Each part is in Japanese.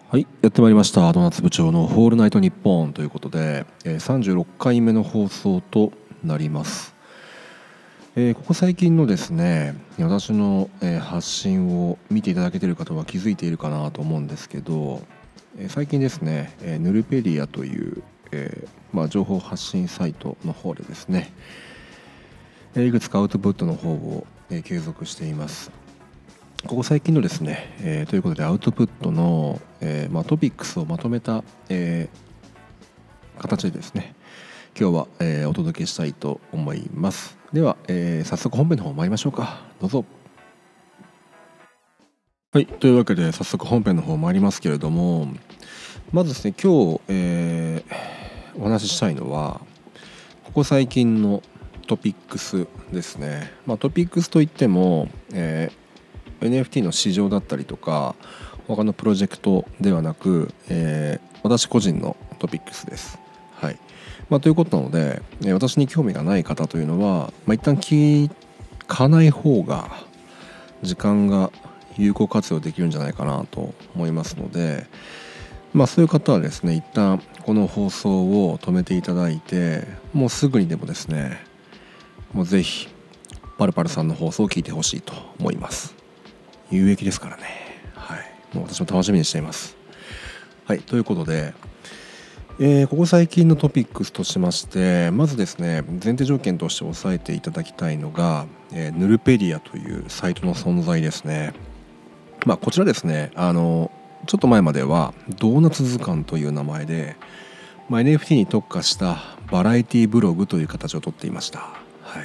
はい、やってまいりました。ドーナツ部長のホールナイトニッポンということで、36回目の放送となります。ここ最近のですね、私の、発信を見ていただけている方は気づいているかなと思うんですけど、最近ですね、ヌルペディアという、情報発信サイトの方でですね、いくつかアウトプットの方を、継続しています。ここ最近のですね、ということでアウトプットの、トピックスをまとめた、形でですね今日は、お届けしたいと思います。では、早速本編の方参りましょうか。どうぞ。はい、というわけで早速本編の方参りますけれども、まずですね今日、お話ししたいのはここ最近のトピックスですね。トピックスといっても、NFT の市場だったりとか他のプロジェクトではなく、私個人のトピックスです。はい。ということなので、私に興味がない方というのは、一旦聞かない方が時間が有効活用できるんじゃないかなと思いますので、そういう方はですね一旦この放送を止めていただいて、もうすぐにでもですねもうぜひパルパルさんの放送を聞いてほしいと思います。有益ですからね。はい。もう私も楽しみにしています。はい。ということで、ここ最近のトピックスとしまして、まずですね前提条件として押さえていただきたいのが、ヌルペディアというサイトの存在ですね。こちらですねちょっと前まではドーナツ図鑑という名前で、NFT に特化したバラエティブログという形をとっていました。はい。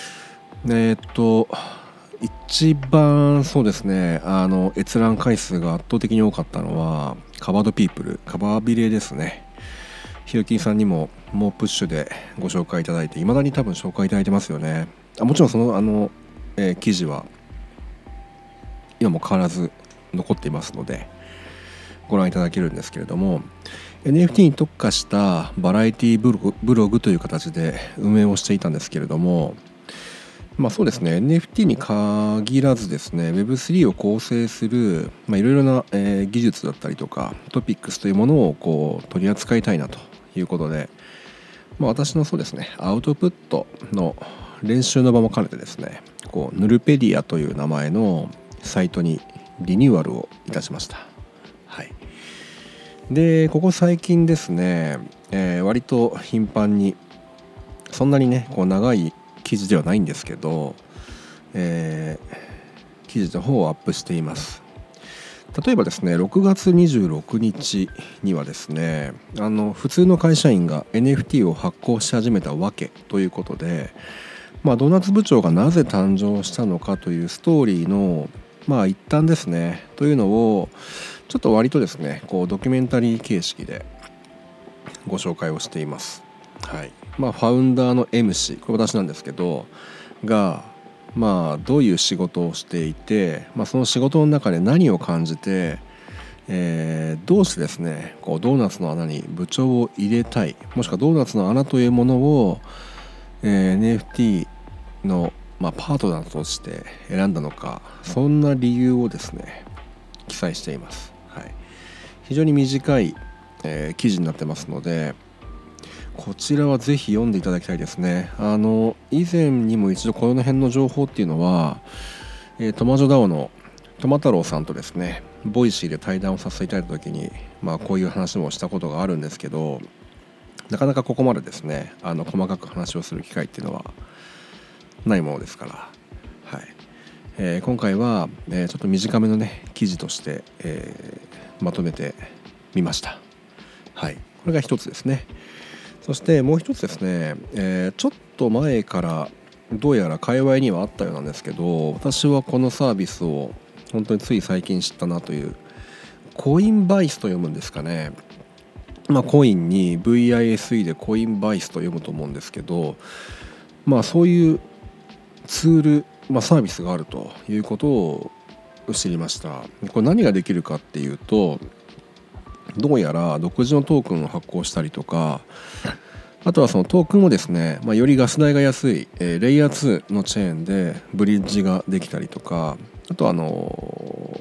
一番そうですね閲覧回数が圧倒的に多かったのはカバードピープル、カバービレですね。ひろきさんにももうプッシュでご紹介いただいて、いまだに多分紹介いただいてますよね。もちろんその記事は今も変わらず残っていますのでご覧いただけるんですけれども、 NFT に特化したバラエティブログという形で運営をしていたんですけれども、そうですね NFT に限らずですね Web3 を構成するいろいろな、技術だったりとかトピックスというものをこう取り扱いたいなということで、私のそうですねアウトプットの練習の場も兼ねてですねこうヌルペディアという名前のサイトにリニューアルをいたしました。はい。でここ最近ですね、割と頻繁にそんなにねこう長い記事ではないんですけど、記事の方をアップしています。例えばですね6月26日にはですね普通の会社員が NFT を発行し始めたわけということで、ドーナツ部長がなぜ誕生したのかというストーリーの一端ですねというのをちょっと割とですねこうドキュメンタリー形式でご紹介をしています。はい。ファウンダーの M 氏、これ私なんですけどがどういう仕事をしていて、その仕事の中で何を感じて、どうしてですねこうドーナツの穴に部長を入れたい、もしくはドーナツの穴というものを、NFT の、パートナーとして選んだのか、そんな理由をですね記載しています。はい。非常に短い、記事になってますのでこちらはぜひ読んでいただきたいですね。以前にも一度この辺の情報っていうのは、トマジョダオのトマ太郎さんとですねボイシーで対談をさせていただいた時にこういう話もしたことがあるんですけど、なかなかここまでですね細かく話をする機会っていうのはないものですから、はい。今回は、ちょっと短めのね記事として、まとめてみました。はい。これが一つですね。そしてもう一つですね、ちょっと前からどうやら界隈にはあったようなんですけど、私はこのサービスを本当につい最近知ったなという、コインバイスと読むんですかね。コインに VISE でコインバイスと読むと思うんですけど、そういうツール、サービスがあるということを知りました。これ何ができるかっていうと、どうやら独自のトークンを発行したりとか、あとはそのトークンをですね、よりガス代が安い、レイヤー2のチェーンでブリッジができたりとか、あと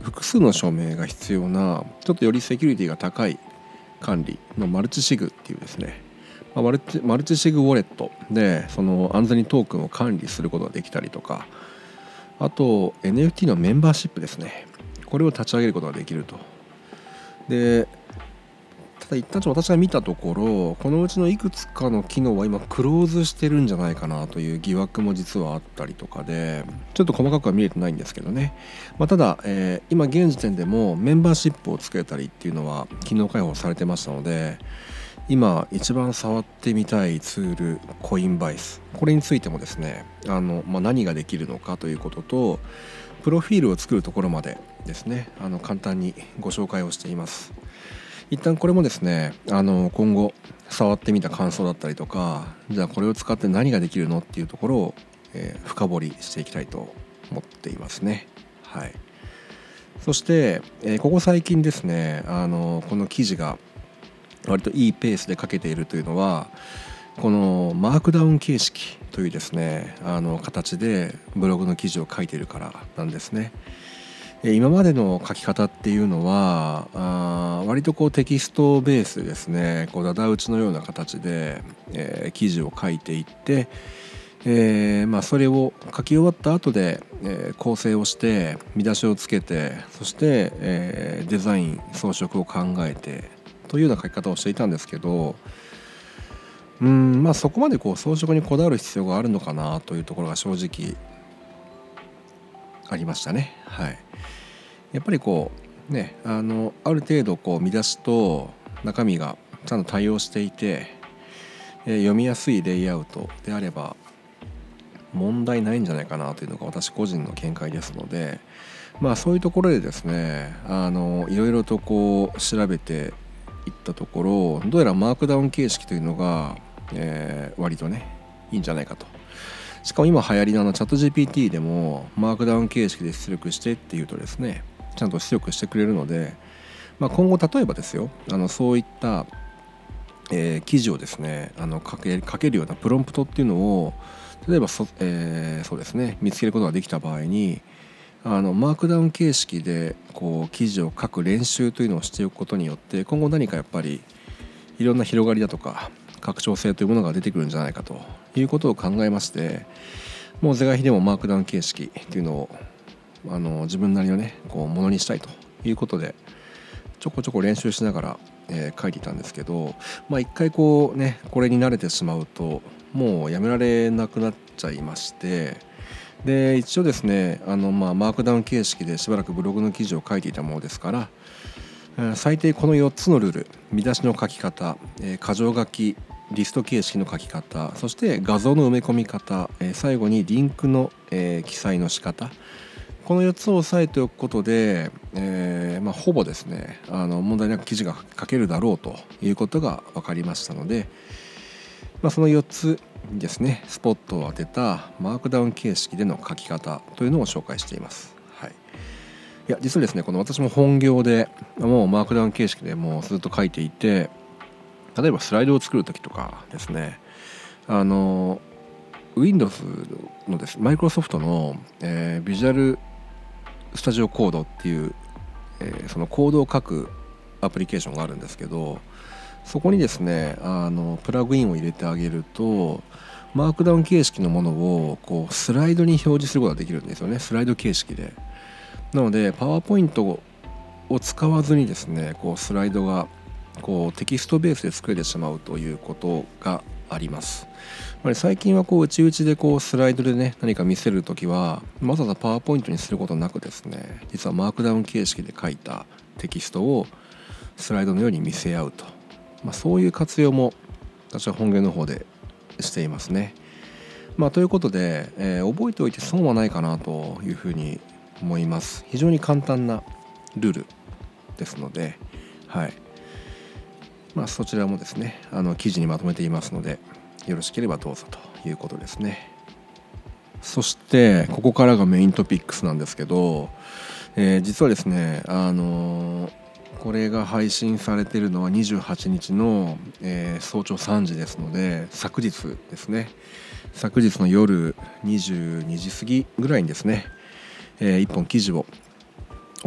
複数の署名が必要なちょっとよりセキュリティが高い管理のマルチシグっていうですね、マルチシグウォレットでその安全にトークンを管理することができたりとか、あと NFT のメンバーシップですね、これを立ち上げることができると。でただ一旦私が見たところ、このうちのいくつかの機能は今クローズしてるんじゃないかなという疑惑も実はあったりとかで、ちょっと細かくは見えてないんですけどね、ただ、今現時点でもメンバーシップをつけたりっていうのは機能開放されてましたので、今一番触ってみたいツールコインバイス、これについてもですね、何ができるのかということと、プロフィールを作るところまでですね、簡単にご紹介をしています。一旦これもですね、今後触ってみた感想だったりとか、じゃあこれを使って何ができるのっていうところを、深掘りしていきたいと思っていますね。はい。そして、ここ最近ですね、この記事が割といいペースで書けているというのは、このマークダウン形式というですね、形でブログの記事を書いているからなんですね。今までの書き方っていうのは割とこうテキストベースでですね、こうダダ打ちのような形で、記事を書いていって、それを書き終わった後で、構成をして見出しをつけて、そして、デザイン装飾を考えてというような書き方をしていたんですけど、そこまでこう装飾にこだわる必要があるのかなというところが正直ありましたね。はい。やっぱりこうね、ある程度こう見出しと中身がちゃんと対応していて、読みやすいレイアウトであれば問題ないんじゃないかなというのが私個人の見解ですので、そういうところでですね、いろいろとこう調べていったところ、どうやらマークダウン形式というのが、割とねいいんじゃないかと。しかも今流行りのチャット GPT でもマークダウン形式で出力してっていうとですね、ちゃんと出力してくれるので、今後例えばですよ、そういった、記事をですね書けるようなプロンプトっていうのを例えばそうですね見つけることができた場合に、マークダウン形式でこう記事を書く練習というのをしておくことによって、今後何かやっぱりいろんな広がりだとか拡張性というものが出てくるんじゃないかということを考えまして、もう是が非でもマークダウン形式っていうのを自分なりのねこうものにしたいということでちょこちょこ練習しながら、書いていたんですけど、一回こうねこれに慣れてしまうともうやめられなくなっちゃいまして、で一応ですねマークダウン形式でしばらくブログの記事を書いていたものですから、最低この4つのルール、見出しの書き方、箇条書きリスト形式の書き方、そして画像の埋め込み方、最後にリンクの、記載の仕方、この4つを押さえておくことで、ほぼですね問題なく記事が書けるだろうということが分かりましたので、その4つにですねスポットを当てたマークダウン形式での書き方というのを紹介しています。はい、いや実はですね、この私も本業でもうマークダウン形式でもうずっと書いていて、例えばスライドを作る時とかですね、Windows のですマイクロソフトの、ビジュアルスタジオコードっていう、そのコードを書くアプリケーションがあるんですけど、そこにですねプラグインを入れてあげるとマークダウン形式のものをこうスライドに表示することができるんですよね、スライド形式で。なのでパワーポイントを使わずにですねこうスライドがこうテキストベースで作れてしまうということがあります。最近はこう内々でこうスライドでね何か見せるときはわざわざパワーポイントにすることなくですね、実はマークダウン形式で書いたテキストをスライドのように見せ合うと、そういう活用も私は本業の方でしていますね。ということで、覚えておいて損はないかなというふうに思います。非常に簡単なルールですので、はい、そちらもですね記事にまとめていますのでよろしければどうぞということですね。そしてここからがメイントピックスなんですけど、実はですねこれが配信されているのは28日の、早朝3時ですので昨日ですね、昨日の夜22時過ぎぐらいにですね、1本記事を行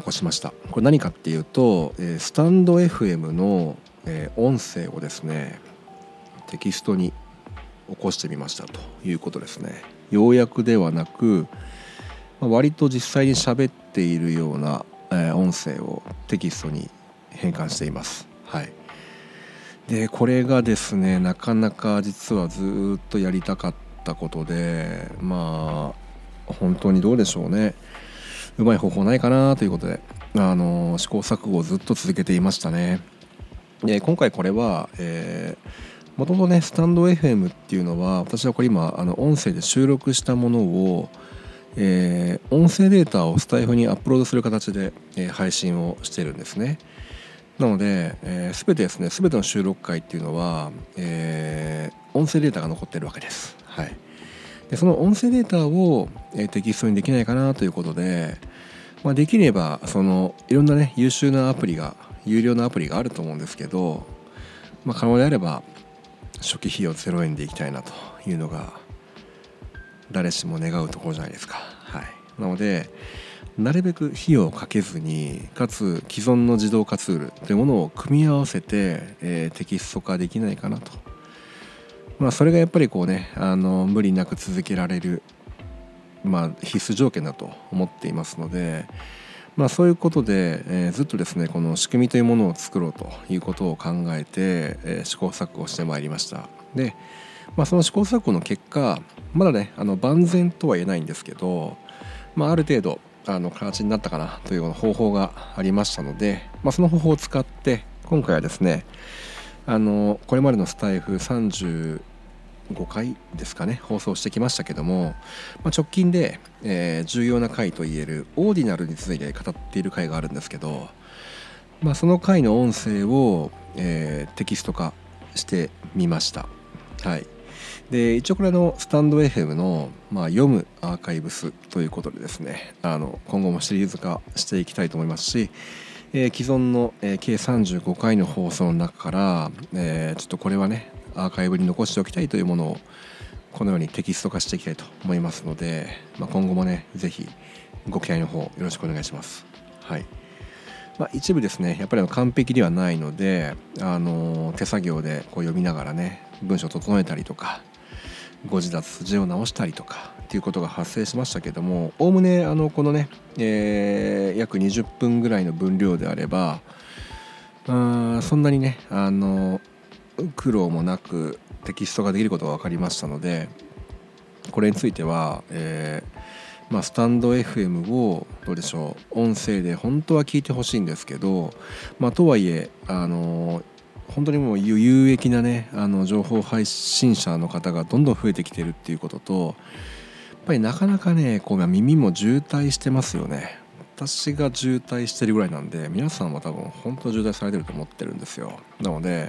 残しました。これ何かっていうと、スタンド FM の、音声をですねテキストに起こしてみましたということですね。要約ではなく、割と実際に喋っているような、音声をテキストに変換しています。はい。でこれがですねなかなか実はずっとやりたかったことで、本当にどうでしょうね、うまい方法ないかなということで、試行錯誤をずっと続けていましたね。で今回これは、もともとねスタンド FM っていうのは、私はこれ今音声で収録したものを、音声データをスタイフにアップロードする形で、配信をしているんですね。なので、全てですね、全ての収録回っていうのは、音声データが残っているわけです。はい。でその音声データを、テキストにできないかなということで、できればいろんなね優秀なアプリが、有料のアプリがあると思うんですけど、可能であれば初期費用0円でいきたいなというのが誰しも願うところじゃないですか。はい。なのでなるべく費用をかけずに、かつ既存の自動化ツールというものを組み合わせて、テキスト化できないかなと。それがやっぱりこうね無理なく続けられる、必須条件だと思っていますので、そういうことで、ずっとですねこの仕組みというものを作ろうということを考えて、試行錯誤してまいりました。で、その試行錯誤の結果、まだね万全とは言えないんですけど、ある程度形になったかなというような方法がありましたので、その方法を使って今回はですねこれまでのスタイフ35回ですかね放送してきましたけども、直近で、重要な回といえるオーディナルについて語っている回があるんですけど、その回の音声を、テキスト化してみました。はい。で一応これスタンド FM の、読むアーカイブスということでですね今後もシリーズ化していきたいと思いますし、既存の、計35回の放送の中から、ちょっとこれはねアーカイブに残しておきたいというものをこのようにテキスト化していきたいと思いますので、今後もねぜひご期待の方よろしくお願いします。はい。一部ですねやっぱり完璧ではないので、手作業でこう読みながらね文章を整えたりとか誤字脱字を直したりとかっていうことが発生しましたけども、おおむねこのね、約20分ぐらいの分量であればそんなにね苦労もなくテキストができることが分かりましたので、これについては、スタンド FM をどうでしょう、音声で本当は聞いてほしいんですけど、とはいえ本当にもう有益なね情報配信者の方がどんどん増えてきてるっていうことと、やっぱりなかなかねこう耳も渋滞してますよね。私が渋滞してるぐらいなんで、皆さんは多分本当渋滞されてると思ってるんですよ。なので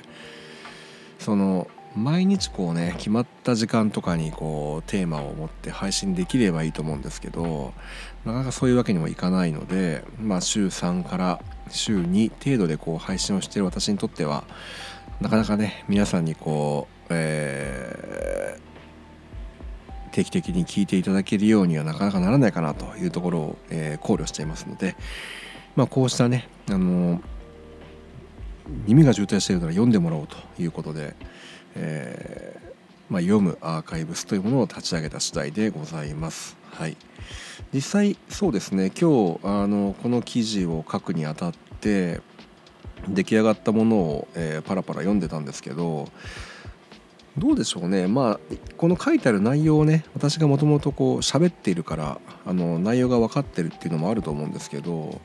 毎日こうね決まった時間とかにこうテーマを持って配信できればいいと思うんですけど、なかなかそういうわけにもいかないので、週3から週2程度でこう配信をしている私にとってはなかなかね皆さんにこう、定期的に聞いていただけるようにはなかなかならないかなというところを、考慮していますので、こうしたね耳が渋滞しているなら読んでもらおうということで、読むアーカイブスというものを立ち上げた次第でございます。はい。実際そうですね、今日この記事を書くにあたって出来上がったものを、パラパラ読んでたんですけど、どうでしょうね。この書いてある内容をね私がもともとこう喋っているから内容が分かってるっていうのもあると思うんですけど、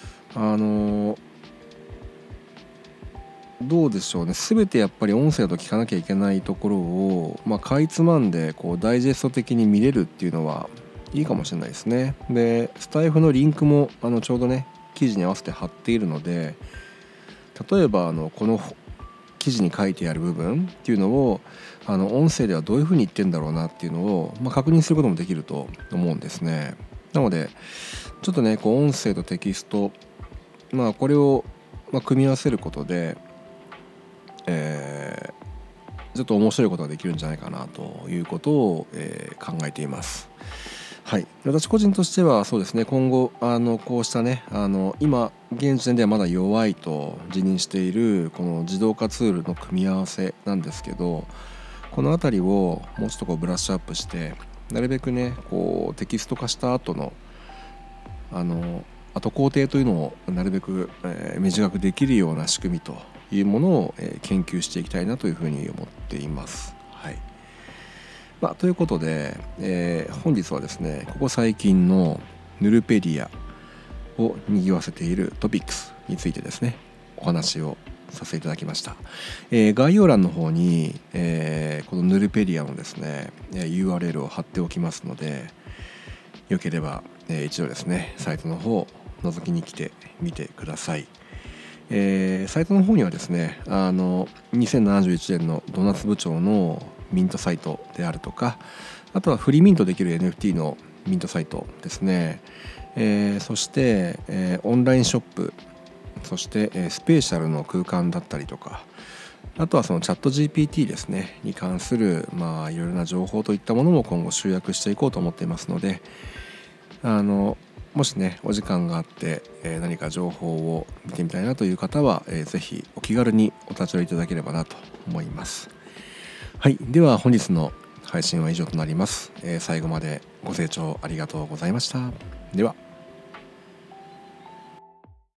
どうでしょうね、全てやっぱり音声だと聞かなきゃいけないところを、かいつまんでこうダイジェスト的に見れるっていうのはいいかもしれないですね。でスタイフのリンクもちょうどね記事に合わせて貼っているので、例えばこの記事に書いてある部分っていうのを音声ではどういうふうに言ってんだろうなっていうのを、確認することもできると思うんですね。なのでちょっとねこう音声とテキスト、これを組み合わせることでちょっと面白いことができるんじゃないかなということを、考えています。 はい、私個人としてはそうですね、今後こうしたね今現時点ではまだ弱いと自認しているこの自動化ツールの組み合わせなんですけど、この辺りをもうちょっとこうブラッシュアップして、なるべくねこうテキスト化した後の後工程というのをなるべく、短くできるような仕組みというものを、研究していきたいなというふうに思っています。はい。ということで、本日はですね、ここ最近のヌルペディアを賑わせているトピックスについてですね、お話をさせていただきました。概要欄の方に、このヌルペディアのですね URL を貼っておきますので、よければ、一度ですねサイトの方を覗きに来てみてください。サイトの方にはですね2071年のドーナツ部長のミントサイトであるとか、あとはフリーミントできる NFT のミントサイトですね、そして、オンラインショップ、そして、スペーシャルの空間だったりとか、あとはそのチャット GPT ですねに関するいろいろな情報といったものも今後集約していこうと思っていますので、もしねお時間があって、何か情報を見てみたいなという方は、ぜひお気軽にお立ち寄りいただければなと思います。はい、では本日の配信は以上となります。最後までご清聴ありがとうございました。では。